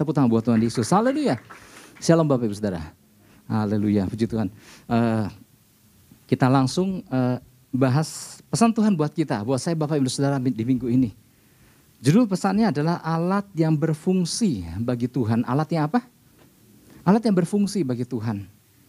Tepuk tangan buat Tuhan Yesus. Haleluya. Shalom Bapak Ibu Saudara. Haleluya, puji Tuhan. Kita langsung bahas pesan Tuhan buat kita, buat saya Bapak Ibu Saudara di minggu ini. Judul pesannya adalah alat yang berfungsi bagi Tuhan. Alatnya apa? Alat yang berfungsi bagi Tuhan.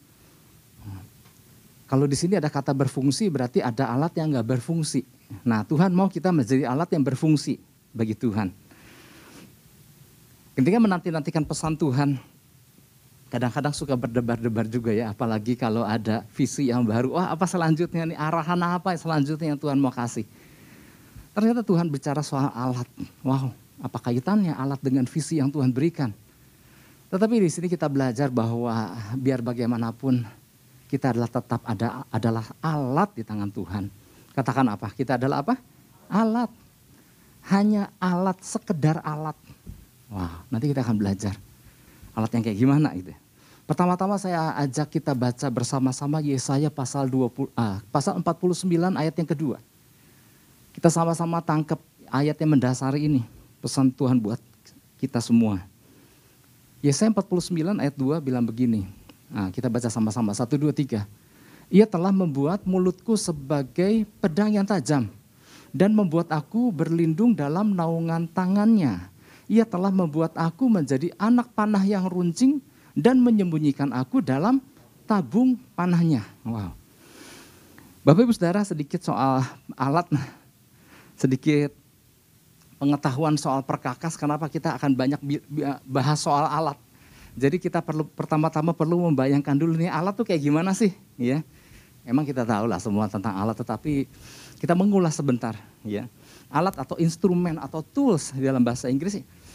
Kalau di sini ada kata berfungsi berarti ada alat yang nggak berfungsi. Nah, Tuhan mau kita menjadi alat yang berfungsi bagi Tuhan. Ketika menanti-nantikan pesan Tuhan, kadang-kadang suka berdebar-debar juga ya, apalagi kalau ada visi yang baru. Wah, apa selanjutnya nih, arahan apa selanjutnya yang Tuhan mau kasih. Ternyata Tuhan bicara soal alat. Wow, apa kaitannya alat dengan visi yang Tuhan berikan. Tetapi di sini kita belajar bahwa biar bagaimanapun kita adalah alat di tangan Tuhan. Katakan apa? Kita adalah apa? Alat. Hanya alat, sekedar alat. Wah, nanti kita akan belajar alat yang kayak gimana gitu. Pertama-tama saya ajak kita baca bersama-sama Yesaya pasal 49 ayat yang kedua. Kita sama-sama tangkap ayat yang mendasari ini, pesan Tuhan buat kita semua. Yesaya 49 ayat 2 bilang begini. Nah, kita baca sama-sama, 1, 2, 3. Ia telah membuat mulutku sebagai pedang yang tajam dan membuat aku berlindung dalam naungan tangannya. Ia telah membuat aku menjadi anak panah yang runcing dan menyembunyikan aku dalam tabung panahnya. Wow. Bapak Ibu Saudara, sedikit soal alat, sedikit pengetahuan soal perkakas, kenapa kita akan banyak bahas soal alat. Jadi kita pertama-tama perlu membayangkan dulu nih alat tuh kayak gimana sih, ya. Emang kita tahu lah semua tentang alat, tetapi kita mengulas sebentar, ya. Alat atau instrumen atau tools di dalam bahasa Inggris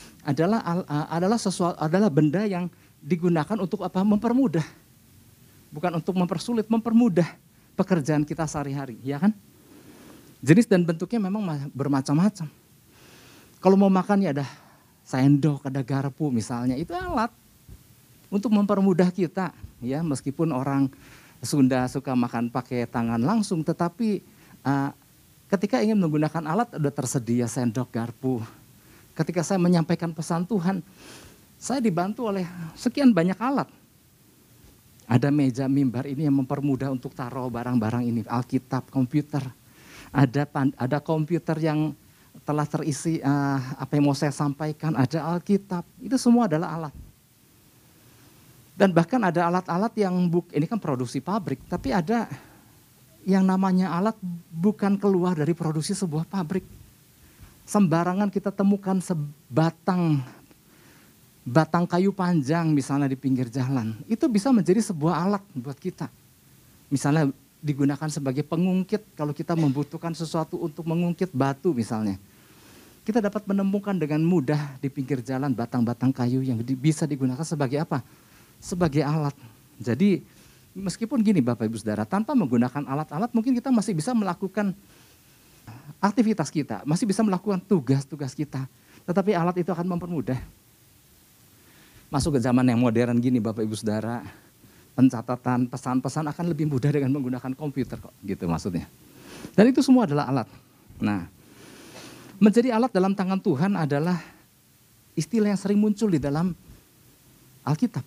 adalah benda yang digunakan untuk apa? Mempermudah. Bukan untuk mempersulit, mempermudah pekerjaan kita sehari-hari, ya kan? Jenis dan bentuknya memang bermacam-macam. Kalau mau makan ya ada sendok, ada garpu misalnya, itu alat untuk mempermudah kita, ya. Meskipun orang Sunda suka makan pakai tangan langsung, tetapi ketika ingin menggunakan alat udah tersedia sendok, garpu. Ketika saya menyampaikan pesan Tuhan, saya dibantu oleh sekian banyak alat. Ada meja mimbar ini yang mempermudah untuk taruh barang-barang ini, Alkitab, komputer. Ada komputer yang telah terisi apa yang mau saya sampaikan, ada Alkitab. Itu semua adalah alat. Dan bahkan ada alat-alat yang ini kan produksi pabrik, tapi ada yang namanya alat bukan keluar dari produksi sebuah pabrik. Sembarangan kita temukan sebatang kayu panjang misalnya di pinggir jalan. Itu bisa menjadi sebuah alat buat kita. Misalnya digunakan sebagai pengungkit kalau kita membutuhkan sesuatu untuk mengungkit batu misalnya. Kita dapat menemukan dengan mudah di pinggir jalan batang-batang kayu yang bisa digunakan sebagai apa? Sebagai alat. Jadi meskipun gini Bapak Ibu Saudara, tanpa menggunakan alat-alat mungkin kita masih bisa melakukan aktivitas kita, masih bisa melakukan tugas-tugas kita. Tetapi alat itu akan mempermudah. Masuk ke zaman yang modern gini Bapak Ibu Saudara, pencatatan pesan-pesan akan lebih mudah dengan menggunakan komputer kok, gitu maksudnya. Dan itu semua adalah alat. Nah, menjadi alat dalam tangan Tuhan adalah istilah yang sering muncul di dalam Alkitab.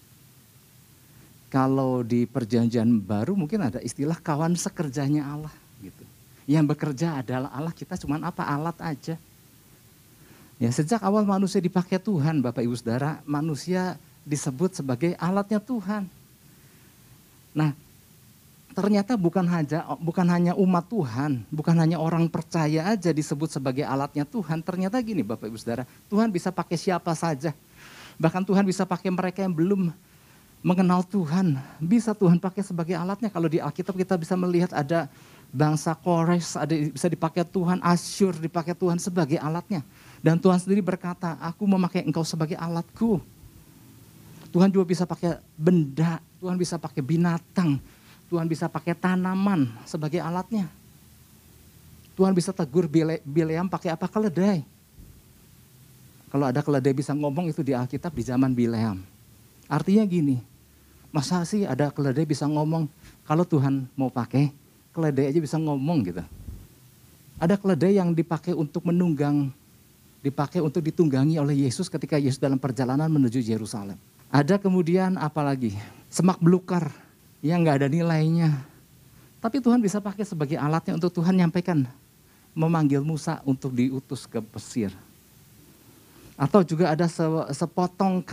Kalau di perjanjian baru mungkin ada istilah kawan sekerjanya Allah gitu. Yang bekerja adalah Allah, kita cuma apa? Alat aja. Ya, sejak awal manusia dipakai Tuhan, Bapak Ibu Saudara, manusia disebut sebagai alatnya Tuhan. Nah, ternyata bukan hanya umat Tuhan, bukan hanya orang percaya aja disebut sebagai alatnya Tuhan. Ternyata gini Bapak Ibu Saudara, Tuhan bisa pakai siapa saja. Bahkan Tuhan bisa pakai mereka yang belum mengenal Tuhan, bisa Tuhan pakai sebagai alatnya. Kalau di Alkitab kita bisa melihat ada bangsa Kores, bisa dipakai Tuhan, Asyur dipakai Tuhan sebagai alatnya. Dan Tuhan sendiri berkata, aku memakai engkau sebagai alatku. Tuhan juga bisa pakai benda, Tuhan bisa pakai binatang, Tuhan bisa pakai tanaman sebagai alatnya. Tuhan bisa tegur Bileam pakai apa? Keledai. Kalau ada keledai bisa ngomong itu di Alkitab di zaman Bileam. Artinya gini, masa sih ada keledai bisa ngomong? Kalau Tuhan mau pakai, keledai aja bisa ngomong gitu. Ada keledai yang dipakai untuk menunggang dipakai untuk ditunggangi oleh Yesus ketika Yesus dalam perjalanan menuju Yerusalem. Ada kemudian apa lagi? Semak belukar yang nggak ada nilainya. Tapi Tuhan bisa pakai sebagai alatnya untuk Tuhan nyampaikan, memanggil Musa untuk diutus ke Mesir. Atau juga ada sepotong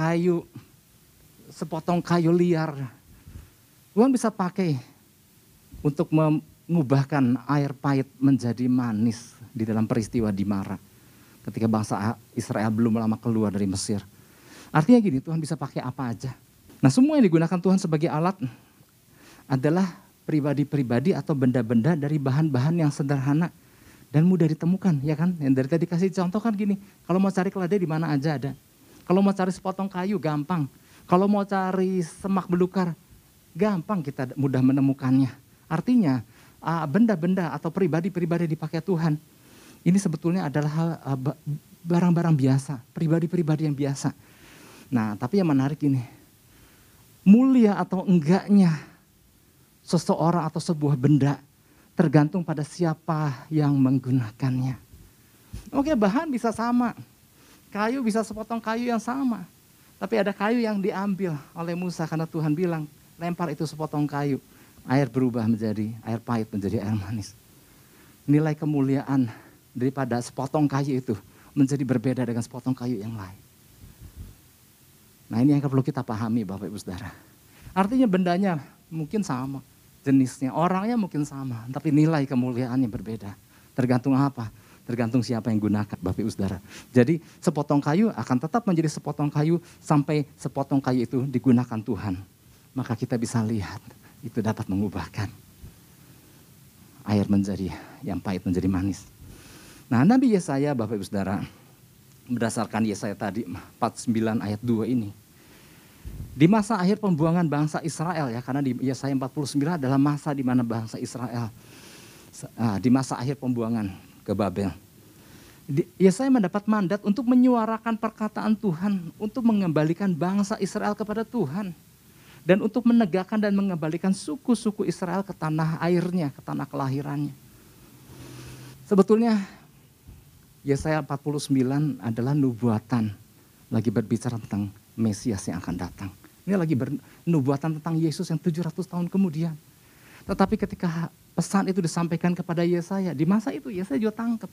kayu liar. Tuhan bisa pakai untuk mengubahkan air pahit menjadi manis di dalam peristiwa di Mara. Ketika bangsa Israel belum lama keluar dari Mesir. Artinya gini, Tuhan bisa pakai apa aja. Nah, semua yang digunakan Tuhan sebagai alat adalah pribadi-pribadi atau benda-benda dari bahan-bahan yang sederhana dan mudah ditemukan, ya kan? Yang dari tadi kasih contoh kan gini, kalau mau cari keledai di mana aja ada. Kalau mau cari sepotong kayu gampang. Kalau mau cari semak belukar gampang, kita mudah menemukannya. Artinya benda-benda atau pribadi-pribadi dipakai Tuhan ini sebetulnya adalah barang-barang biasa, pribadi-pribadi yang biasa. Nah, tapi yang menarik ini, mulia atau enggaknya seseorang atau sebuah benda tergantung pada siapa yang menggunakannya. Oke, bahan bisa sama, kayu bisa sepotong kayu yang sama, tapi ada kayu yang diambil oleh Musa karena Tuhan bilang, lempar itu sepotong kayu, air berubah menjadi air pahit menjadi air manis. Nilai kemuliaan daripada sepotong kayu itu menjadi berbeda dengan sepotong kayu yang lain. Nah, ini yang perlu kita pahami Bapak Ibu Saudara. Artinya bendanya mungkin sama, jenisnya, orangnya mungkin sama, tapi nilai kemuliaannya berbeda. Tergantung apa? Tergantung siapa yang gunakan Bapak Ibu Saudara. Jadi sepotong kayu akan tetap menjadi sepotong kayu sampai sepotong kayu itu digunakan Tuhan. Maka kita bisa lihat itu dapat mengubahkan air menjadi yang pahit menjadi manis. Nah, Nabi Yesaya Bapak Ibu Saudara, berdasarkan Yesaya tadi 49 ayat 2 ini, di masa akhir pembuangan bangsa Israel ya, karena di Yesaya 49 adalah masa di mana bangsa Israel di masa akhir pembuangan ke Babel. Yesaya mendapat mandat untuk menyuarakan perkataan Tuhan, untuk mengembalikan bangsa Israel kepada Tuhan, dan untuk menegakkan dan mengembalikan suku-suku Israel ke tanah airnya, ke tanah kelahirannya. Sebetulnya Yesaya 49 adalah nubuatan, lagi berbicara tentang Mesias yang akan datang. Ini lagi nubuatan tentang Yesus yang 700 tahun kemudian. Tetapi ketika pesan itu disampaikan kepada Yesaya, di masa itu Yesaya juga tangkap.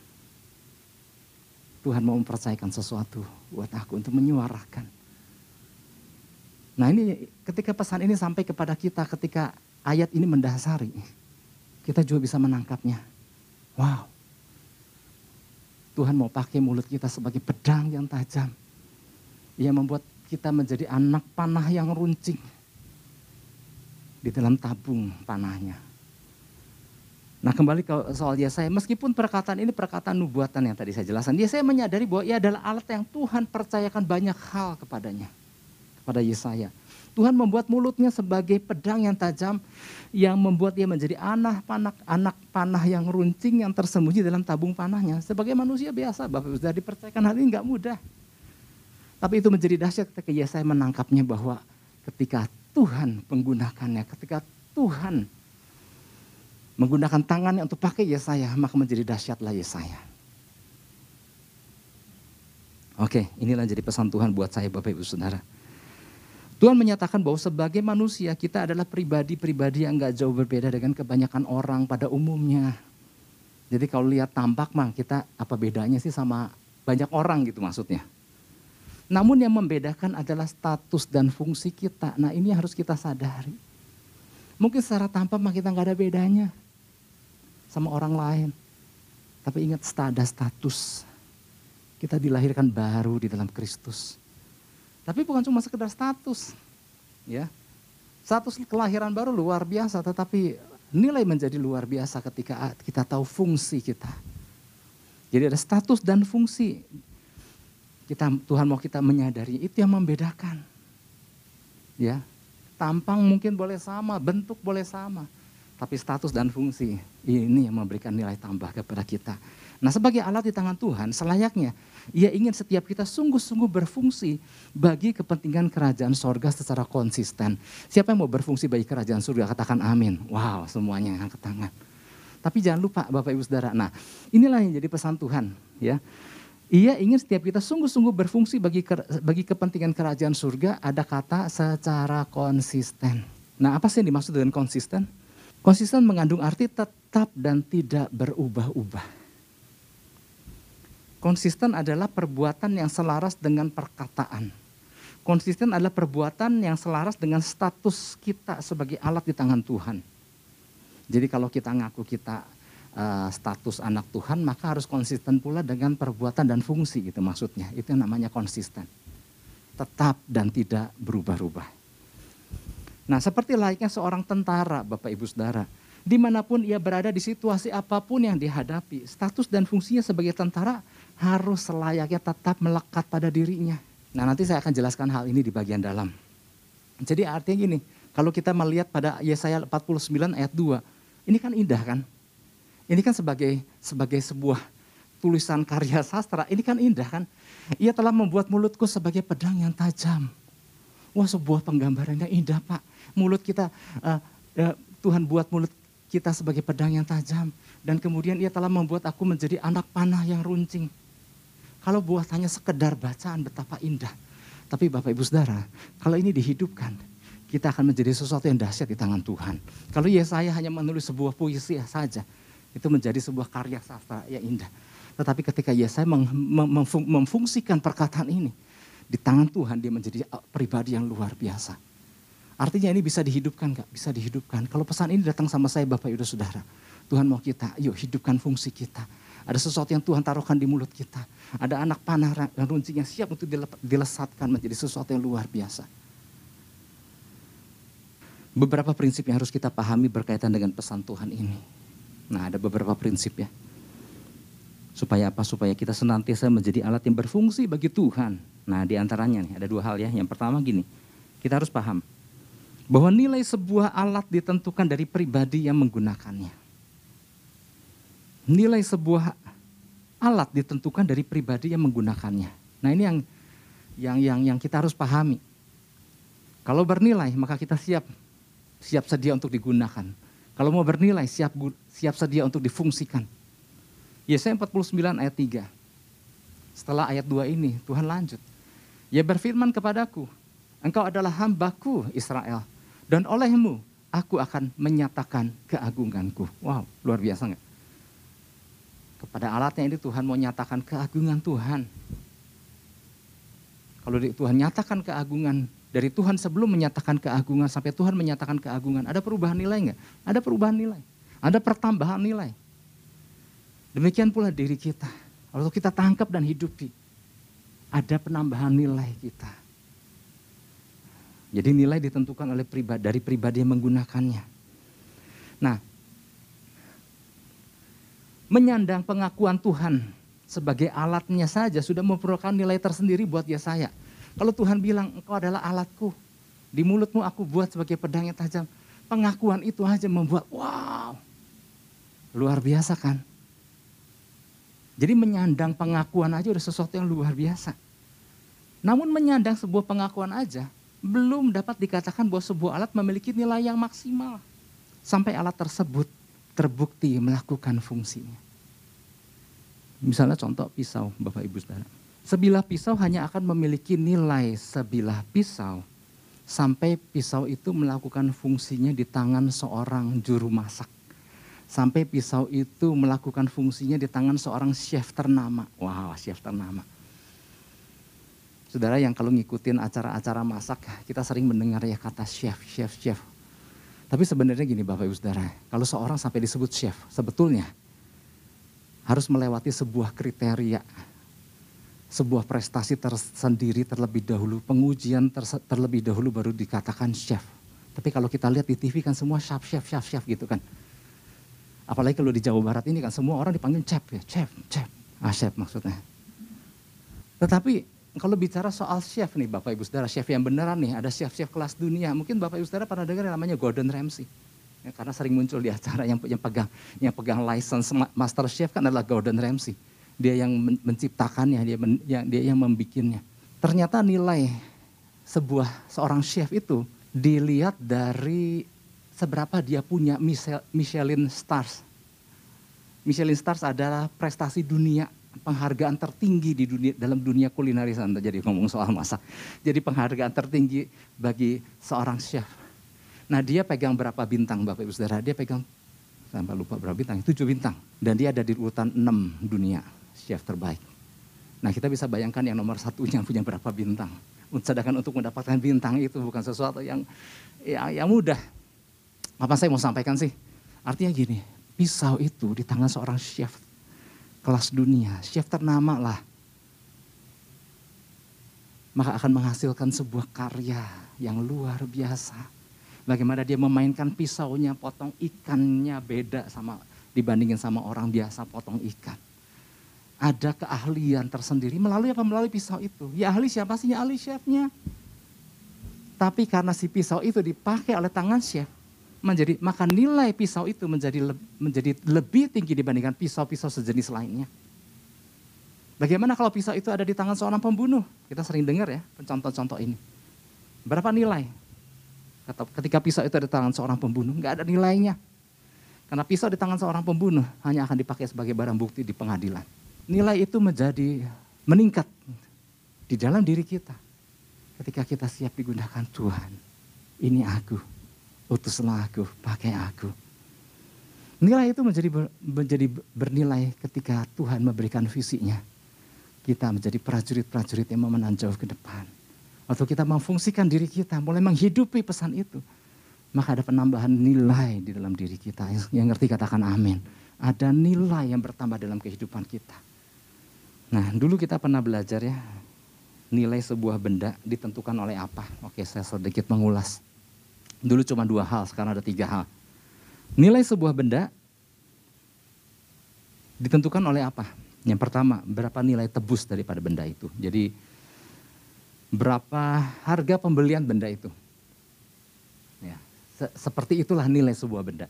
Tuhan mau mempercayakan sesuatu buat aku untuk menyuarakan. Nah, ini ketika pesan ini sampai kepada kita, ketika ayat ini mendasari, kita juga bisa menangkapnya. Wow. Tuhan mau pakai mulut kita sebagai pedang yang tajam. Ia membuat kita menjadi anak panah yang runcing di dalam tabung panahnya. Nah, kembali ke soal Yesaya, meskipun perkataan ini perkataan nubuatan yang tadi saya jelaskan, Yesaya menyadari bahwa ia adalah alat yang Tuhan percayakan banyak hal kepadanya, kepada Yesaya. Tuhan membuat mulutnya sebagai pedang yang tajam yang membuat dia menjadi anak panah yang runcing yang tersembunyi dalam tabung panahnya. Sebagai manusia biasa, Bapak sudah dipercayakan hal ini enggak mudah. Tapi itu menjadi dahsyat ketika Yesaya menangkapnya bahwa ketika Tuhan menggunakannya, ketika Tuhan menggunakan tangannya untuk pakai Yesaya, maka menjadi dahsyatlah Yesaya. Oke, inilah jadi pesan Tuhan buat saya Bapak Ibu Saudara. Tuhan menyatakan bahwa sebagai manusia kita adalah pribadi-pribadi yang gak jauh berbeda dengan kebanyakan orang pada umumnya. Jadi kalau lihat tampak mah kita apa bedanya sih sama banyak orang gitu maksudnya. Namun yang membedakan adalah status dan fungsi kita. Nah, ini harus kita sadari. Mungkin secara tampak mah kita gak ada bedanya sama orang lain. Tapi ingat ada status. Kita dilahirkan baru di dalam Kristus. Tapi bukan cuma sekedar status, ya. Status kelahiran baru luar biasa, tetapi nilai menjadi luar biasa ketika kita tahu fungsi kita. Jadi ada status dan fungsi. Tuhan mau kita menyadari itu yang membedakan. Ya, tampang mungkin boleh sama, bentuk boleh sama, tapi status dan fungsi ini yang memberikan nilai tambah kepada kita. Nah, sebagai alat di tangan Tuhan, selayaknya Ia ingin setiap kita sungguh-sungguh berfungsi bagi kepentingan kerajaan sorga secara konsisten. Siapa yang mau berfungsi bagi kerajaan surga? Katakan amin. Wow, semuanya angkat tangan. Tapi jangan lupa Bapak Ibu Saudara. Nah, inilah yang jadi pesan Tuhan, ya. Ia ingin setiap kita sungguh-sungguh berfungsi bagi kepentingan kerajaan surga. Ada kata secara konsisten. Nah, apa sih yang dimaksud dengan konsisten? Konsisten mengandung arti tetap dan tidak berubah-ubah. Konsisten adalah perbuatan yang selaras dengan perkataan. Konsisten adalah perbuatan yang selaras dengan status kita sebagai alat di tangan Tuhan. Jadi kalau kita ngaku kita status anak Tuhan, maka harus konsisten pula dengan perbuatan dan fungsi gitu maksudnya. Itu yang namanya konsisten. Tetap dan tidak berubah-ubah. Nah, seperti layaknya seorang tentara, Bapak Ibu Saudara, dimanapun ia berada di situasi apapun yang dihadapi, status dan fungsinya sebagai tentara harus selayaknya tetap melekat pada dirinya. Nah, nanti saya akan jelaskan hal ini di bagian dalam. Jadi artinya gini, kalau kita melihat pada Yesaya 49 ayat 2, ini kan indah kan? Ini kan sebagai sebuah tulisan karya sastra, ini kan indah kan? Ia telah membuat mulutku sebagai pedang yang tajam. Wah, sebuah penggambaran yang indah, Pak. Mulut kita, Tuhan buat mulut kita sebagai pedang yang tajam. Dan kemudian ia telah membuat aku menjadi anak panah yang runcing. Kalau buatannya sekedar bacaan betapa indah. Tapi Bapak Ibu Saudara, kalau ini dihidupkan, kita akan menjadi sesuatu yang dahsyat di tangan Tuhan. Kalau Yesaya hanya menulis sebuah puisi saja, itu menjadi sebuah karya sastra yang indah. Tetapi ketika Yesaya memfungsikan perkataan ini, di tangan Tuhan dia menjadi pribadi yang luar biasa. Artinya ini bisa dihidupkan gak? Bisa dihidupkan. Kalau pesan ini datang sama saya Bapak Ibu Saudara, Tuhan mau kita, yuk hidupkan fungsi kita. Ada sesuatu yang Tuhan taruhkan di mulut kita. Ada anak panah dan runcing yang siap untuk dilesatkan menjadi sesuatu yang luar biasa. Beberapa prinsip yang harus kita pahami berkaitan dengan pesan Tuhan ini. Nah, ada beberapa prinsip ya. Supaya apa? Supaya kita senantiasa menjadi alat yang berfungsi bagi Tuhan. Nah, di antaranya nih ada dua hal ya. Yang pertama gini, kita harus paham bahwa nilai sebuah alat ditentukan dari pribadi yang menggunakannya. Nilai sebuah alat ditentukan dari pribadi yang menggunakannya. Nah, ini yang kita harus pahami. Kalau bernilai, maka kita siap sedia untuk digunakan. Kalau mau bernilai, siap sedia untuk difungsikan. Yesaya 49 ayat 3. Setelah ayat 2 ini, Tuhan lanjut. Ia berfirman kepadaku, engkau adalah hambaku Israel, dan olehmu aku akan menyatakan keagunganku. Wow, luar biasa enggak? Kepada alatnya ini Tuhan mau nyatakan keagungan Tuhan. Kalau Tuhan nyatakan keagungan, dari Tuhan sebelum menyatakan keagungan sampai Tuhan menyatakan keagungan, ada perubahan nilai enggak? Ada perubahan nilai, ada pertambahan nilai. Demikian pula diri kita, kalau kita tangkap dan hidupi, ada penambahan nilai kita. Jadi nilai ditentukan oleh dari pribadi yang menggunakannya. Nah, menyandang pengakuan Tuhan sebagai alatnya saja sudah merupakan nilai tersendiri buat Yesaya. Kalau Tuhan bilang, engkau adalah alatku, di mulutmu aku buat sebagai pedang yang tajam. Pengakuan itu aja membuat, wow, luar biasa kan? Jadi menyandang pengakuan aja udah sesuatu yang luar biasa. Namun menyandang sebuah pengakuan aja, belum dapat dikatakan bahwa sebuah alat memiliki nilai yang maksimal. Sampai alat tersebut terbukti melakukan fungsinya. Misalnya contoh pisau, Bapak Ibu Saudara. Sebilah pisau hanya akan memiliki nilai sebilah pisau sampai pisau itu melakukan fungsinya di tangan seorang juru masak. Sampai pisau itu melakukan fungsinya di tangan seorang chef ternama. Wow, chef ternama. Saudara yang kalau ngikutin acara-acara masak, kita sering mendengar ya kata chef. Tapi sebenarnya gini Bapak Ibu Saudara, kalau seorang sampai disebut chef, sebetulnya harus melewati sebuah kriteria. Sebuah prestasi tersendiri terlebih dahulu, pengujian terlebih dahulu baru dikatakan chef. Tapi kalau kita lihat di TV kan semua chef gitu kan. Apalagi kalau di Jawa Barat ini kan semua orang dipanggil chef ya, chef. Chef maksudnya. Tetapi kalau bicara soal chef nih Bapak Ibu Saudara, chef yang beneran nih, ada chef-chef kelas dunia. Mungkin Bapak Ibu Saudara pernah dengar yang namanya Gordon Ramsay. Ya, karena sering muncul di acara yang pegang license master chef kan adalah Gordon Ramsay. Dia yang menciptakannya, dia yang membikinnya. Ternyata nilai seorang chef itu dilihat dari seberapa dia punya Michelin Stars. Michelin Stars adalah prestasi dunia penghargaan tertinggi di dunia, dalam dunia kulinaris. Anda jadi ngomong soal masak. Jadi penghargaan tertinggi bagi seorang chef. Nah dia pegang berapa bintang Bapak Ibu Saudara? Dia pegang, sampai lupa berapa bintang, 7 bintang. Dan dia ada di urutan 6 dunia chef terbaik. Nah kita bisa bayangkan yang nomor satunya punya berapa bintang. Sedangkan untuk mendapatkan bintang itu bukan sesuatu yang mudah. Apa saya mau sampaikan sih? Artinya gini, pisau itu di tangan seorang chef kelas dunia, chef ternama lah. Maka akan menghasilkan sebuah karya yang luar biasa. Bagaimana dia memainkan pisaunya, potong ikannya beda sama dibandingin sama orang biasa potong ikan. Ada keahlian tersendiri melalui apa? Melalui pisau itu. Ya ahli siapa sih? Ya ahli chefnya. Tapi karena si pisau itu dipakai oleh tangan chef, maka nilai pisau itu menjadi lebih tinggi dibandingkan pisau-pisau sejenis lainnya. Bagaimana kalau pisau itu ada di tangan seorang pembunuh? Kita sering dengar ya contoh-contoh ini. Berapa nilai? Ketika pisau itu ada di tangan seorang pembunuh, nggak ada nilainya. Karena pisau di tangan seorang pembunuh hanya akan dipakai sebagai barang bukti di pengadilan. Nilai itu meningkat di dalam diri kita. Ketika kita siap digunakan Tuhan. Ini aku, utuslah aku, pakai aku. Nilai itu menjadi bernilai ketika Tuhan memberikan visinya. Kita menjadi prajurit-prajurit yang memenang jauh ke depan. Waktu kita memfungsikan diri kita, mulai menghidupi pesan itu. Maka ada penambahan nilai di dalam diri kita. Yang ngerti katakan amin. Ada nilai yang bertambah dalam kehidupan kita. Nah dulu kita pernah belajar ya. Nilai sebuah benda ditentukan oleh apa? Oke saya sedikit mengulas. Dulu cuma 2 hal, sekarang ada 3 hal. Nilai sebuah benda ditentukan oleh apa? Yang pertama, berapa nilai tebus daripada benda itu. Jadi berapa harga pembelian benda itu. Ya, seperti itulah nilai sebuah benda.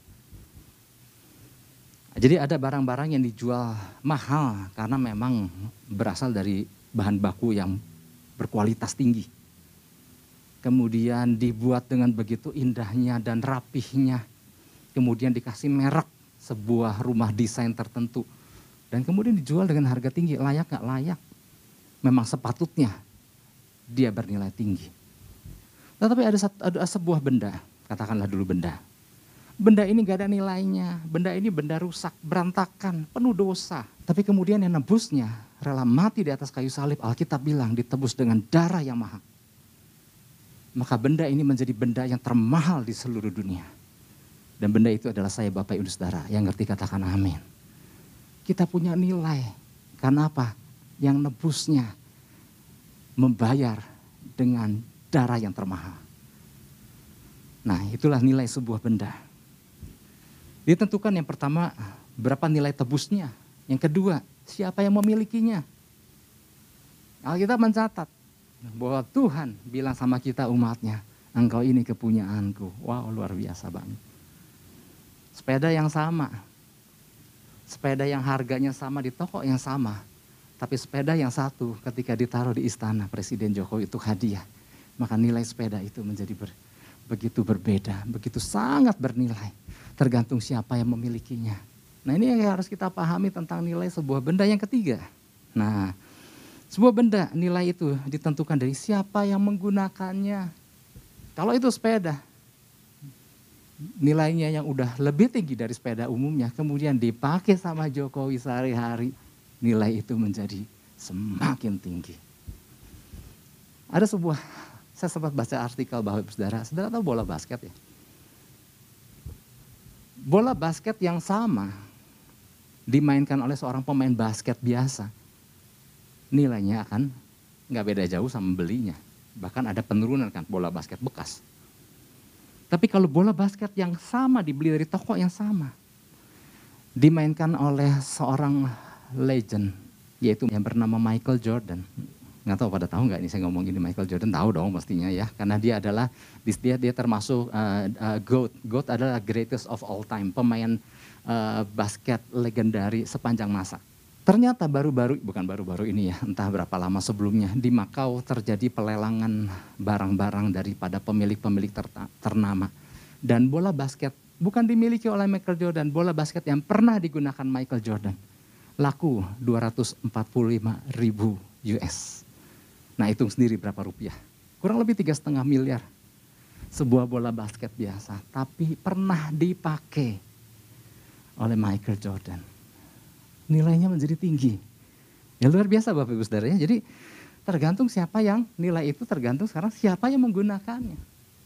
Jadi ada barang-barang yang dijual mahal karena memang berasal dari bahan baku yang berkualitas tinggi. Kemudian dibuat dengan begitu indahnya dan rapihnya. Kemudian dikasih merek sebuah rumah desain tertentu. Dan kemudian dijual dengan harga tinggi, layak gak layak? Memang sepatutnya dia bernilai tinggi. Tetapi ada sebuah benda, katakanlah dulu benda. Benda ini gak ada nilainya, benda ini benda rusak, berantakan, penuh dosa. Tapi kemudian yang nebusnya rela mati di atas kayu salib, Alkitab bilang ditebus dengan darah yang mahal. Maka benda ini menjadi benda yang termahal di seluruh dunia. Dan benda itu adalah saya Bapak Ibu Saudara, yang ngerti katakan amin. Kita punya nilai, karena apa? Yang nebusnya membayar dengan darah yang termahal. Nah itulah nilai sebuah benda. Ditentukan yang pertama berapa nilai tebusnya. Yang kedua siapa yang memilikinya. Alkitab mencatat bahwa Tuhan bilang sama kita umatnya, engkau ini kepunyaanku. Wow luar biasa banget. Sepeda yang sama. Sepeda yang harganya sama di toko yang sama. Tapi sepeda yang satu ketika ditaruh di istana Presiden Jokowi itu hadiah. Maka nilai sepeda itu menjadi begitu berbeda, begitu sangat bernilai. Tergantung siapa yang memilikinya. Nah ini yang harus kita pahami tentang nilai sebuah benda. Yang ketiga, nah sebuah benda nilai itu ditentukan dari siapa yang menggunakannya. Kalau itu sepeda, nilainya yang udah lebih tinggi dari sepeda umumnya, kemudian dipakai sama Jokowi sehari-hari, nilai itu menjadi semakin tinggi. Saya sempat baca artikel bahwa saudara tahu bola basket ya? Bola basket yang sama dimainkan oleh seorang pemain basket biasa, nilainya akan nggak beda jauh sama belinya. Bahkan ada penurunan kan bola basket bekas. Tapi kalau bola basket yang sama dibeli dari toko yang sama, dimainkan oleh seorang legend, yaitu yang bernama Michael Jordan. Nggak tahu pada tahu nggak ini saya ngomong ini Michael Jordan, tahu dong pastinya ya, karena dia adalah dia termasuk GOAT. GOAT adalah greatest of all time, pemain basket legendari sepanjang masa. Ternyata bukan baru-baru ini ya, entah berapa lama sebelumnya di Makau terjadi pelelangan barang-barang daripada pemilik-pemilik ternama. Dan bola basket bukan dimiliki oleh Michael Jordan, bola basket yang pernah digunakan Michael Jordan laku 245.000 US. Nah hitung sendiri berapa rupiah. Kurang lebih 3,5 miliar. Sebuah bola basket biasa, tapi pernah dipakai oleh Michael Jordan. Nilainya menjadi tinggi. Ya luar biasa Bapak Ibu Saudara ya. Jadi tergantung siapa yang nilai itu tergantung sekarang siapa yang menggunakannya.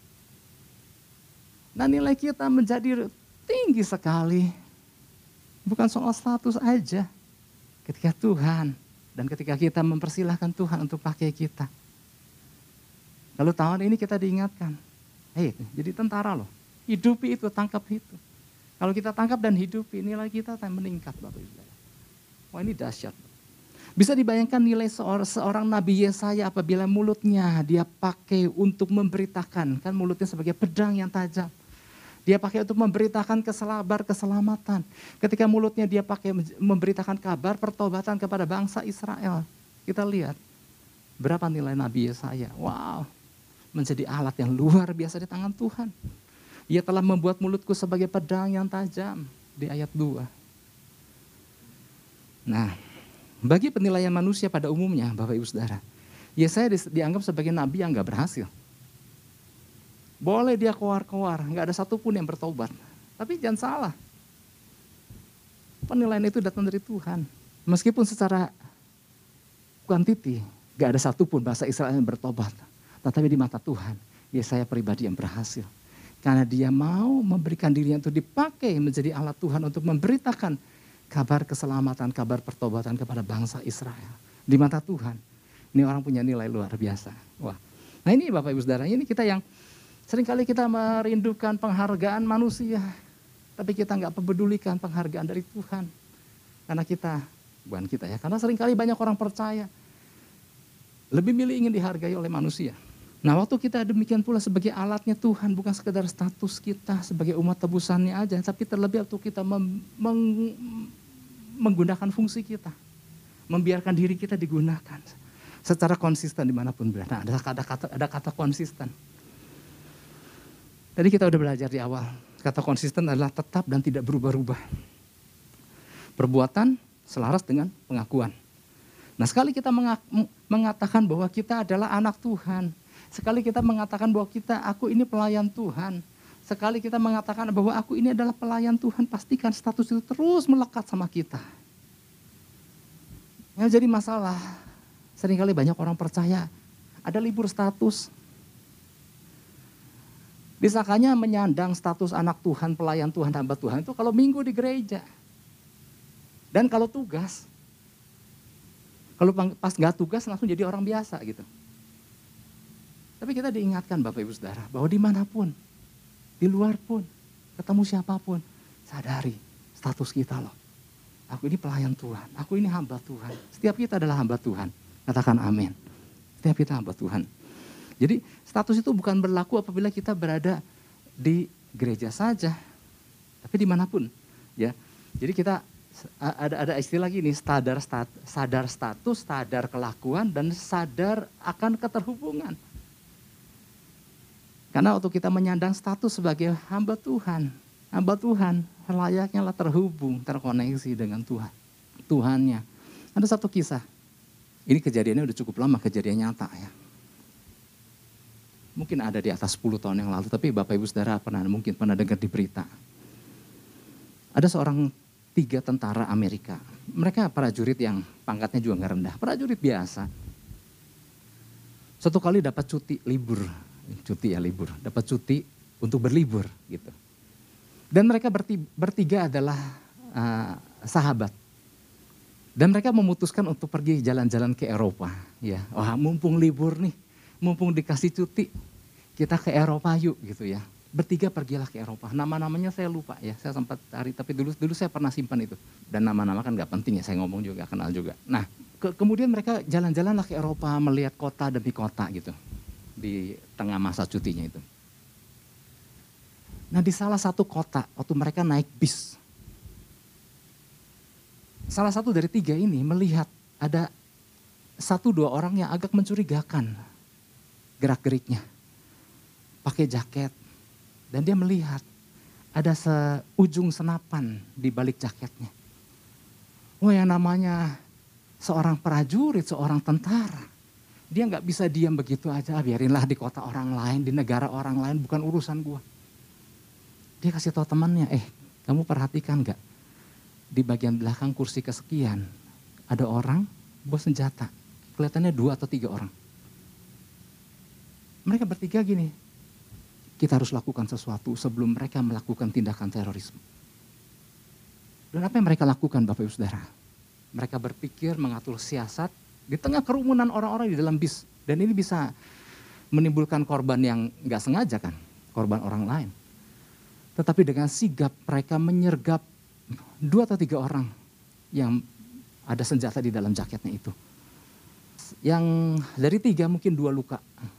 Nah nilai kita menjadi tinggi sekali. Bukan soal status aja. Ketika Tuhan dan ketika kita mempersilahkan Tuhan untuk pakai kita. Lalu tahun ini kita diingatkan, jadi tentara loh, hidupi itu, tangkap itu. Kalau kita tangkap dan hidupi, nilai kita akan meningkat Bapak Ibu. Wah ini dahsyat. Bisa dibayangkan nilai seorang Nabi Yesaya apabila mulutnya dia pakai untuk memberitakan, kan mulutnya sebagai pedang yang tajam. Dia pakai untuk memberitakan keselamatan. Ketika mulutnya dia pakai memberitakan kabar pertobatan kepada bangsa Israel. Kita lihat berapa nilai Nabi Yesaya. Wow, menjadi alat yang luar biasa di tangan Tuhan. Ia telah membuat mulutku sebagai pedang yang tajam di ayat 2. Nah, bagi penilaian manusia pada umumnya, Bapak Ibu Saudara, Yesaya dianggap sebagai nabi yang gak berhasil. Boleh dia keluar-keluar, gak ada satupun yang bertobat. Tapi jangan salah, penilaian itu datang dari Tuhan. Meskipun secara kuantiti, gak ada satupun bangsa Israel yang bertobat. Tetapi di mata Tuhan, Yesaya pribadi yang berhasil. Karena dia mau memberikan dirinya untuk dipakai menjadi alat Tuhan untuk memberitakan kabar keselamatan, kabar pertobatan kepada bangsa Israel. Di mata Tuhan, ini orang punya nilai luar biasa. Wah, nah ini Bapak Ibu Saudara, ini kita yang seringkali kita merindukan penghargaan manusia, tapi kita nggak pedulikan penghargaan dari Tuhan. Karena karena seringkali banyak orang percaya, lebih milih ingin dihargai oleh manusia. Nah waktu kita demikian pula sebagai alatnya Tuhan, bukan sekedar status kita sebagai umat tebusannya aja, tapi terlebih waktu kita menggunakan fungsi kita, membiarkan diri kita digunakan secara konsisten dimanapun berada. Nah, ada kata konsisten. Tadi kita udah belajar di awal, kata konsisten adalah tetap dan tidak berubah-ubah. Perbuatan selaras dengan pengakuan. Nah sekali kita mengatakan bahwa kita adalah anak Tuhan, sekali kita mengatakan bahwa aku ini pelayan Tuhan, sekali kita mengatakan bahwa aku ini adalah pelayan Tuhan, pastikan status itu terus melekat sama kita. Yang jadi masalah, seringkali banyak orang percaya ada libur status. Disangkanya menyandang status anak Tuhan, pelayan Tuhan, hamba Tuhan itu kalau minggu di gereja. Dan kalau tugas, kalau pas nggak tugas langsung jadi orang biasa gitu. Tapi kita diingatkan Bapak Ibu Saudara bahwa dimanapun, di luar pun, ketemu siapapun, sadari status kita loh. Aku ini pelayan Tuhan, aku ini hamba Tuhan. Setiap kita adalah hamba Tuhan, katakan amin. Setiap kita hamba Tuhan. Jadi status itu bukan berlaku apabila kita berada di gereja saja, tapi dimanapun. Ya, jadi kita ada istilah gini, sadar status, sadar kelakuan, dan sadar akan keterhubungan. Karena waktu kita menyandang status sebagai hamba Tuhan layaknya lah terhubung, terkoneksi dengan Tuhan, Tuhannya. Ada satu kisah, ini kejadiannya udah cukup lama, kejadian nyata ya. Mungkin ada di atas 10 tahun yang lalu, tapi Bapak Ibu Saudara mungkin pernah dengar di berita. Ada seorang 3 tentara Amerika, mereka prajurit yang pangkatnya juga nggak rendah, prajurit biasa. Satu kali dapat libur, dapat cuti untuk berlibur gitu. Dan mereka bertiga adalah sahabat. Dan mereka memutuskan untuk pergi jalan-jalan ke Eropa. Ya, wah mumpung libur nih, mumpung dikasih cuti, kita ke Eropa yuk gitu ya. Bertiga pergilah ke Eropa. Nama-namanya saya lupa ya, saya sempat cari, tapi dulu saya pernah simpan itu. Dan nama-nama kan gak penting ya, saya ngomong juga, kenal juga. Nah, kemudian mereka jalan-jalanlah ke Eropa, melihat kota demi kota gitu. Di tengah masa cutinya itu. Nah di salah satu kota, waktu mereka naik bis, salah satu dari 3 ini melihat ada 1-2 orang yang agak mencurigakan gerak-geriknya. Pakai jaket, dan dia melihat ada seujung senapan di balik jaketnya. Oh, yang namanya seorang prajurit, seorang tentara, dia nggak bisa diam begitu aja, biarinlah di kota orang lain, di negara orang lain, bukan urusan gua. Dia kasih tahu temannya, kamu perhatikan nggak? Di bagian belakang kursi kesekian, ada orang bawa senjata. Kelihatannya 2 atau 3 orang. Mereka bertiga gini, kita harus lakukan sesuatu sebelum mereka melakukan tindakan terorisme. Dan apa yang mereka lakukan Bapak Ibu Saudara? Mereka berpikir mengatur siasat di tengah kerumunan orang-orang di dalam bis. Dan ini bisa menimbulkan korban yang nggak sengaja kan, korban orang lain. Tetapi dengan sigap mereka menyergap 2 atau 3 orang yang ada senjata di dalam jaketnya itu. Yang dari 3 mungkin 2 luka.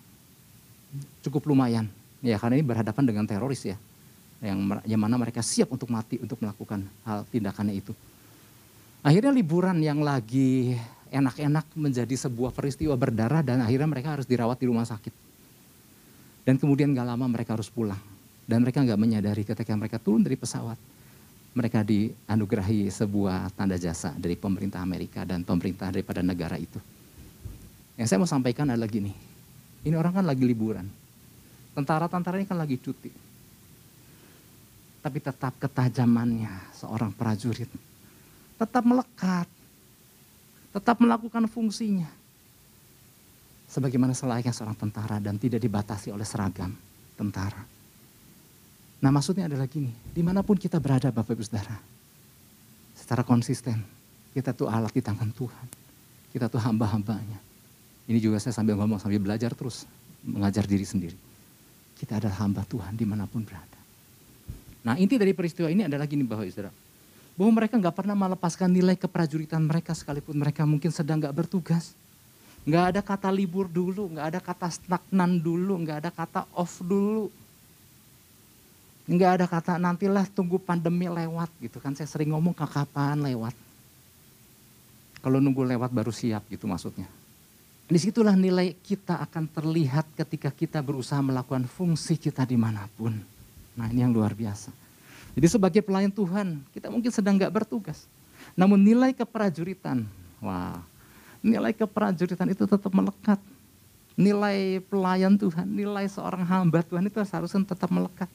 Cukup lumayan. Ya karena ini berhadapan dengan teroris ya. Yang mana mereka siap untuk mati untuk melakukan hal tindakannya itu. Akhirnya liburan yang lagi enak-enak menjadi sebuah peristiwa berdarah dan akhirnya mereka harus dirawat di rumah sakit. Dan kemudian gak lama mereka harus pulang. Dan mereka gak menyadari ketika mereka turun dari pesawat. Mereka dianugerahi sebuah tanda jasa dari pemerintah Amerika dan pemerintah daripada negara itu. Yang saya mau sampaikan adalah gini. Ini orang kan lagi liburan. Tentara-tentara ini kan lagi cuti. Tapi tetap ketajamannya seorang prajurit. Tetap melekat. Tetap melakukan fungsinya. Sebagaimana selayaknya seorang tentara dan tidak dibatasi oleh seragam tentara. Nah maksudnya adalah gini, dimanapun kita berada Bapak Ibu Saudara, secara konsisten, kita tuh alat di tangan Tuhan. Kita tuh hamba-hambanya. Ini juga saya sambil ngomong, sambil belajar terus, mengajar diri sendiri. Kita adalah hamba Tuhan dimanapun berada. Nah inti dari peristiwa ini adalah gini Bapak Ibu Saudara, bahwa mereka gak pernah melepaskan nilai keprajuritan mereka sekalipun mereka mungkin sedang gak bertugas. Gak ada kata libur dulu, gak ada kata stagnan dulu, gak ada kata off dulu. Gak ada kata nantilah tunggu pandemi lewat gitu kan, saya sering ngomong kapan lewat. Kalau nunggu lewat baru siap gitu maksudnya. Disitulah nilai kita akan terlihat ketika kita berusaha melakukan fungsi kita dimanapun. Nah ini yang luar biasa. Jadi sebagai pelayan Tuhan, kita mungkin sedang gak bertugas. Namun nilai keprajuritan, nilai keprajuritan itu tetap melekat. Nilai pelayan Tuhan, nilai seorang hamba Tuhan itu seharusnya tetap melekat.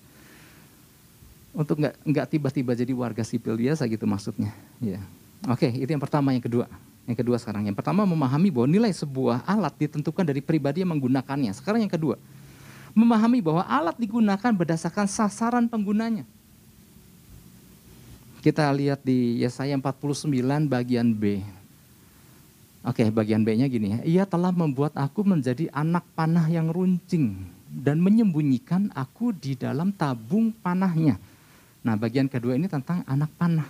Untuk nggak tiba-tiba jadi warga sipil biasa gitu maksudnya. Ya. Oke, itu yang pertama. Yang kedua sekarang. Yang pertama memahami bahwa nilai sebuah alat ditentukan dari pribadi yang menggunakannya. Sekarang yang kedua, memahami bahwa alat digunakan berdasarkan sasaran penggunanya. Kita lihat di Yesaya 49 bagian B. Oke, bagian B-nya gini ya. Ia telah membuat aku menjadi anak panah yang runcing dan menyembunyikan aku di dalam tabung panahnya. Nah, bagian kedua ini tentang anak panah.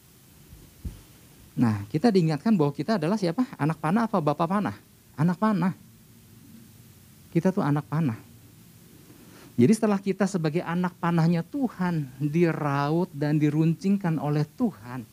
Nah, kita diingatkan bahwa kita adalah siapa? Anak panah apa bapak panah? Anak panah. Kita tuh anak panah. Jadi setelah kita sebagai anak panahnya Tuhan, diraut dan diruncingkan oleh Tuhan,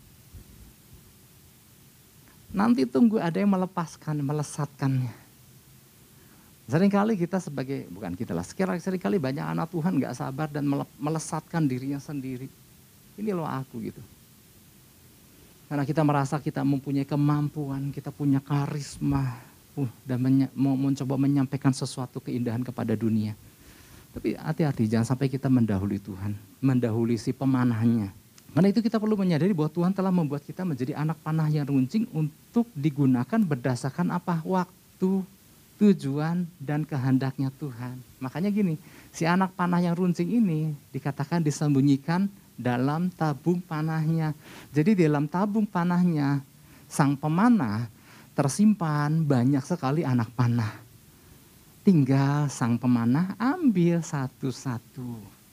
nanti tunggu ada yang melepaskan, melesatkannya. Seringkali kita seringkali banyak anak Tuhan gak sabar dan melesatkan dirinya sendiri. Ini loh aku gitu. Karena kita merasa kita mempunyai kemampuan, kita punya karisma, dan mau mencoba menyampaikan sesuatu keindahan kepada dunia. Tapi hati-hati, jangan sampai kita mendahului Tuhan, mendahului si pemanahnya. Karena itu kita perlu menyadari bahwa Tuhan telah membuat kita menjadi anak panah yang runcing untuk digunakan berdasarkan apa? Waktu, tujuan, dan kehendaknya Tuhan. Makanya gini, si anak panah yang runcing ini dikatakan disembunyikan dalam tabung panahnya. Jadi dalam tabung panahnya sang pemanah tersimpan banyak sekali anak panah. Tinggal sang pemanah ambil satu-satu.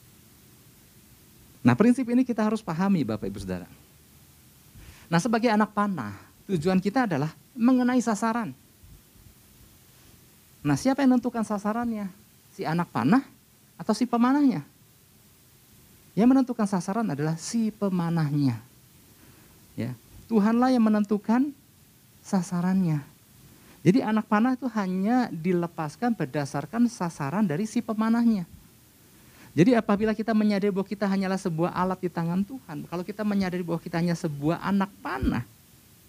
Nah prinsip ini kita harus pahami Bapak Ibu Saudara. Nah sebagai anak panah, tujuan kita adalah mengenai sasaran. Nah siapa yang menentukan sasarannya? Si anak panah atau si pemanahnya? Yang menentukan sasaran adalah si pemanahnya. Ya, Tuhanlah yang menentukan sasarannya. Jadi anak panah itu hanya dilepaskan berdasarkan sasaran dari si pemanahnya. Jadi apabila kita menyadari bahwa kita hanyalah sebuah alat di tangan Tuhan, kalau kita menyadari bahwa kita hanya sebuah anak panah,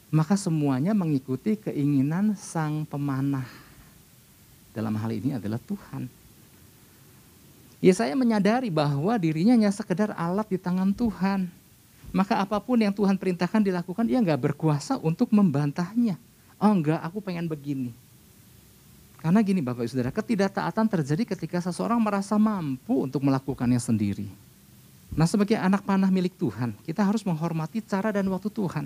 maka semuanya mengikuti keinginan sang pemanah. Dalam hal ini adalah Tuhan. Yesaya menyadari bahwa dirinya hanya sekedar alat di tangan Tuhan. Maka apapun yang Tuhan perintahkan dilakukan, ia nggak berkuasa untuk membantahnya. Oh enggak, aku pengen begini. Karena gini Bapak Ibu Saudara, ketidaktaatan terjadi ketika seseorang merasa mampu untuk melakukannya sendiri. Nah sebagai anak panah milik Tuhan, kita harus menghormati cara dan waktu Tuhan.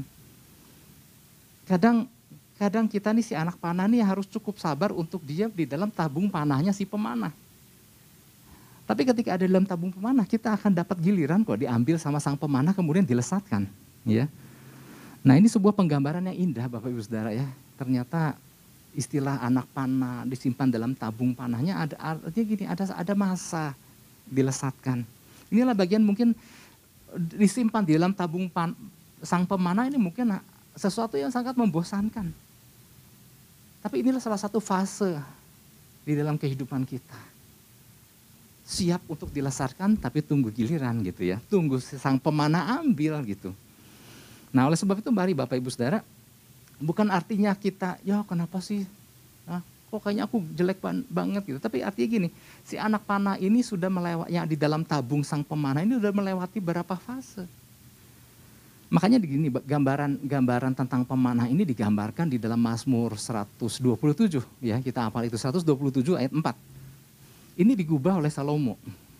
Kadang kita nih si anak panah nih harus cukup sabar untuk diam di dalam tabung panahnya si pemanah. Tapi ketika ada dalam tabung pemanah, kita akan dapat giliran kok diambil sama sang pemanah kemudian dilesatkan. Ya. Nah ini sebuah penggambaran yang indah Bapak Ibu Saudara ya. Ternyata istilah anak panah disimpan dalam tabung panahnya artinya gini, ada masa dilesatkan. Inilah bagian mungkin disimpan di dalam tabung sang pemanah ini mungkin sesuatu yang sangat membosankan. Tapi inilah salah satu fase di dalam kehidupan kita. Siap untuk dilesatkan tapi tunggu giliran gitu ya. Tunggu sang pemanah ambil gitu. Nah oleh sebab itu mari Bapak Ibu Saudara, bukan artinya kita, ya kenapa sih, kok kayaknya aku jelek banget gitu. Tapi artinya gini, si anak panah ini sudah melewati, di dalam tabung sang pemanah ini sudah melewati berapa fase. Makanya begini, gambaran tentang pemanah ini digambarkan di dalam Mazmur 127. Ya, kita hafal itu, 127 ayat 4. Ini digubah oleh Salomo.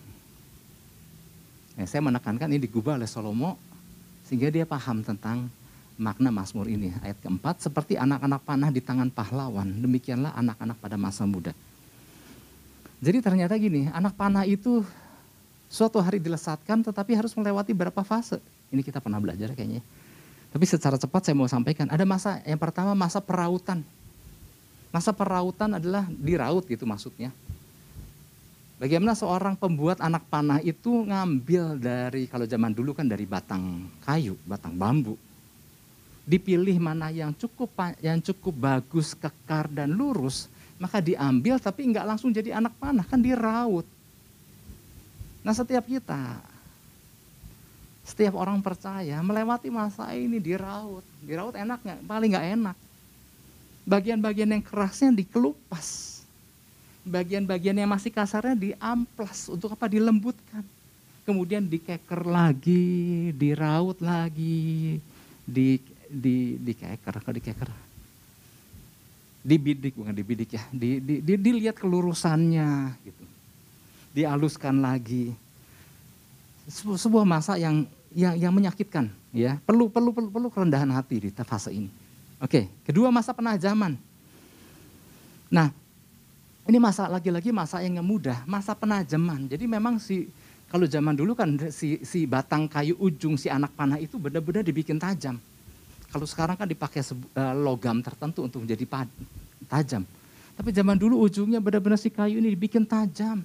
Saya menekankan ini digubah oleh Salomo, sehingga dia paham tentang makna Mazmur ini. Ayat keempat, seperti anak-anak panah di tangan pahlawan, demikianlah anak-anak pada masa muda. Jadi ternyata gini, anak panah itu suatu hari dilesatkan tetapi harus melewati berapa fase. Ini kita pernah belajar kayaknya. Tapi secara cepat saya mau sampaikan, ada masa, yang pertama masa perautan. Masa perautan adalah diraut gitu maksudnya. Bagaimana seorang pembuat anak panah itu ngambil dari, kalau zaman dulu kan dari batang kayu, batang bambu. Dipilih mana yang cukup bagus, kekar dan lurus, maka diambil tapi enggak langsung jadi anak panah, kan diraut. Nah setiap orang percaya melewati masa ini diraut enak nggak? Paling nggak enak. Bagian-bagian yang kerasnya dikelupas. Bagian-bagian yang masih kasarnya diamplas untuk apa? Dilembutkan. Kemudian dikeker lagi, diraut lagi, dibidik, bukan dibidik ya, dilihat kelurusannya gitu. Dihaluskan lagi. Sebuah masa yang menyakitkan ya. Perlu kerendahan hati di fase ini. Oke, kedua masa penajaman. Nah, ini lagi-lagi masa yang mudah, masa penajaman. Jadi memang kalau zaman dulu kan si batang kayu ujung si anak panah itu benar-benar dibikin tajam. Kalau sekarang kan dipakai logam tertentu untuk menjadi tajam. Tapi zaman dulu ujungnya benar-benar si kayu ini dibikin tajam.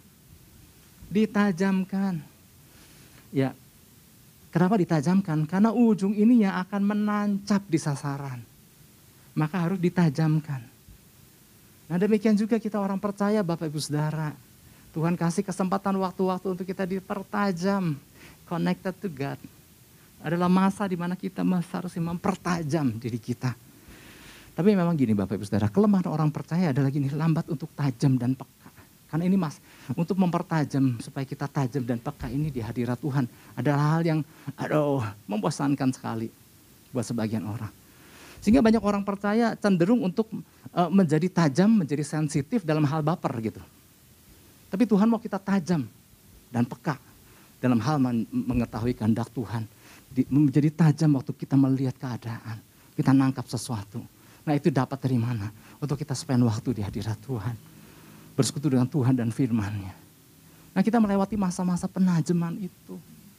Ditajamkan. Ya, kenapa ditajamkan? Karena ujung ini yang akan menancap di sasaran. Maka harus ditajamkan. Nah demikian juga kita orang percaya Bapak Ibu Saudara. Tuhan kasih kesempatan waktu-waktu untuk kita dipertajam. Connected to God. Adalah masa di mana kita harus mempertajam diri kita. Tapi memang gini Bapak Ibu Saudara, kelemahan orang percaya adalah gini, lambat untuk tajam dan peka. Karena ini untuk mempertajam supaya kita tajam dan peka ini di hadirat Tuhan adalah hal yang membosankan sekali buat sebagian orang. Sehingga banyak orang percaya cenderung untuk menjadi tajam, menjadi sensitif dalam hal baper gitu. Tapi Tuhan mau kita tajam dan peka dalam hal mengetahui kehendak Tuhan. Menjadi tajam waktu kita melihat keadaan, kita nangkap sesuatu. Nah itu dapat dari mana? Untuk kita spend waktu di hadirat Tuhan. Bersekutu dengan Tuhan dan firman-Nya. Nah kita melewati masa-masa penajaman itu.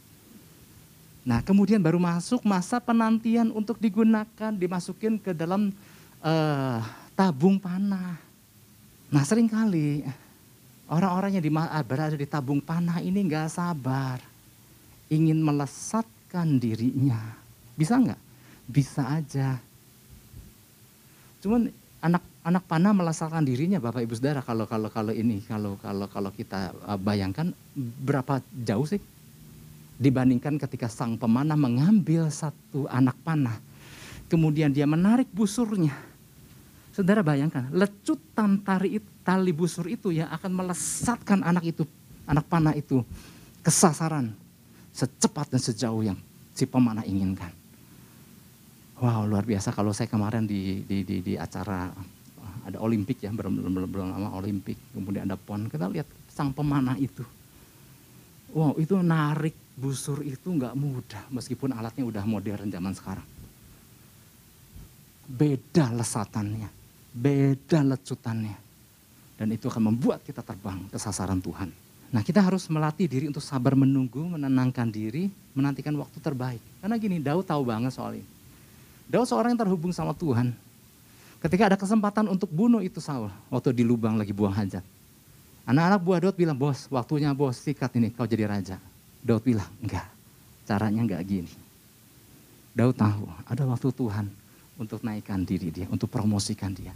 Nah kemudian baru masuk masa penantian untuk digunakan, dimasukin ke dalam tabung panah. Nah seringkali orang-orang yang berada di tabung panah ini gak sabar. Ingin melesatkan dirinya. Bisa gak? Bisa aja. Cuman anak panah melesatkan dirinya Bapak Ibu Saudara kalau kita bayangkan berapa jauh sih dibandingkan ketika sang pemanah mengambil satu anak panah kemudian dia menarik busurnya. Saudara bayangkan, lecutan tali busur itu ya akan melesatkan anak panah itu ke sasaran secepat dan sejauh yang si pemanah inginkan. Wow, luar biasa. Kalau saya kemarin di acara ada Olimpik ya, belum lama Olimpik, kemudian ada PON, kita lihat sang pemanah itu. Wow, itu narik busur itu nggak mudah, meskipun alatnya udah modern zaman sekarang. Beda lesatannya, beda lecutannya. Dan itu akan membuat kita terbang ke sasaran Tuhan. Nah, kita harus melatih diri untuk sabar menunggu, menenangkan diri, menantikan waktu terbaik. Karena gini, Daud tahu banget soal ini. Daud seorang yang terhubung sama Tuhan. Ketika ada kesempatan untuk bunuh itu Saul, waktu di lubang lagi buang hajat. Anak-anak buah Daud bilang, bos, waktunya bos, sikat ini, kau jadi raja. Daud bilang, enggak, caranya enggak gini. Daud tahu, ada waktu Tuhan untuk naikkan diri dia, untuk promosikan dia.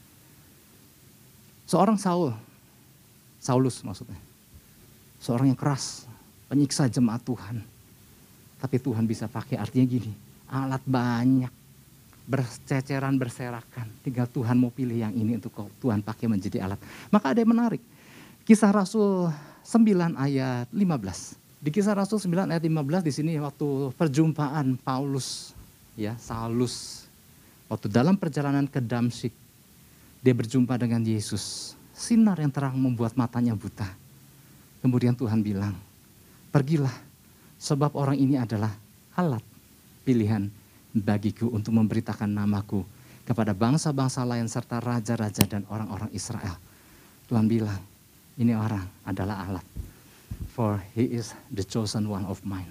Seorang Saulus maksudnya. Seorang yang keras, penyiksa jemaat Tuhan. Tapi Tuhan bisa pakai, artinya gini, alat banyak, berceceran, berserakan. Tinggal Tuhan mau pilih yang ini untuk Tuhan pakai menjadi alat. Maka ada yang menarik. Kisah Rasul 9 ayat 15. Di Kisah Rasul 9 ayat 15 di sini waktu perjumpaan Saulus. Waktu dalam perjalanan ke Damsyik, dia berjumpa dengan Yesus. Sinar yang terang membuat matanya buta. Kemudian Tuhan bilang, pergilah sebab orang ini adalah alat pilihan bagiku untuk memberitakan namaku kepada bangsa-bangsa lain serta raja-raja dan orang-orang Israel. Tuhan bilang, ini orang adalah alat. For he is the chosen one of mine.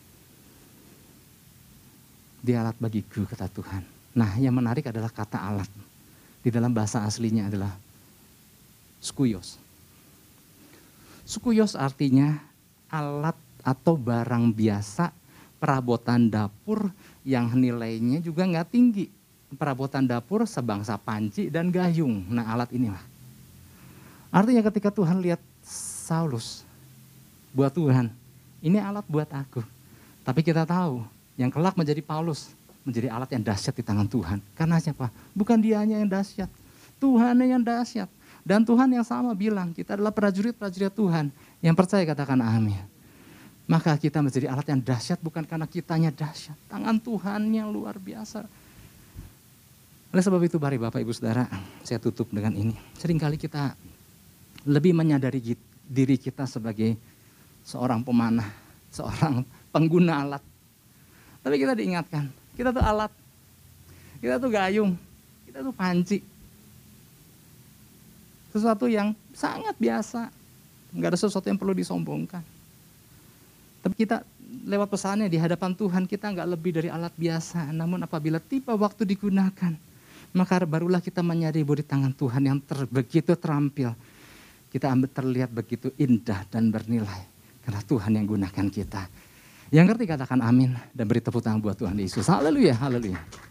Dia alat bagiku, kata Tuhan. Nah, yang menarik adalah kata alat. Di dalam bahasa aslinya adalah skuyos. Skuyos artinya alat atau barang biasa, perabotan dapur yang nilainya juga nggak tinggi. Perabotan dapur sebangsa panci dan gayung. Nah, alat inilah. Artinya ketika Tuhan lihat Saulus, buat Tuhan, ini alat buat aku. Tapi kita tahu, yang kelak menjadi Paulus, menjadi alat yang dahsyat di tangan Tuhan. Karena siapa? Bukan dianya yang dahsyat, Tuhannya yang dahsyat. Dan Tuhan yang sama bilang, kita adalah prajurit-prajurit Tuhan. Yang percaya katakan amin. Maka kita menjadi alat yang dahsyat bukan karena kitanya dahsyat. Tangan Tuhan yang luar biasa. Oleh sebab itu, mari Bapak Ibu Saudara, saya tutup dengan ini. Seringkali kita lebih menyadari diri kita sebagai seorang pemanah, seorang pengguna alat. Tapi kita diingatkan, kita tuh alat, kita tuh gayung, kita tuh panci. Sesuatu yang sangat biasa, nggak ada sesuatu yang perlu disombongkan. Tapi kita lewat pesannya di hadapan Tuhan, kita nggak lebih dari alat biasa. Namun apabila tiba waktu digunakan, maka barulah kita menyadari bahwa di tangan Tuhan yang begitu terampil, kita terlihat begitu indah dan bernilai. Karena Tuhan yang gunakan kita. Yang ngerti katakan amin dan beri tepuk tangan buat Tuhan Yesus. Haleluya, haleluya.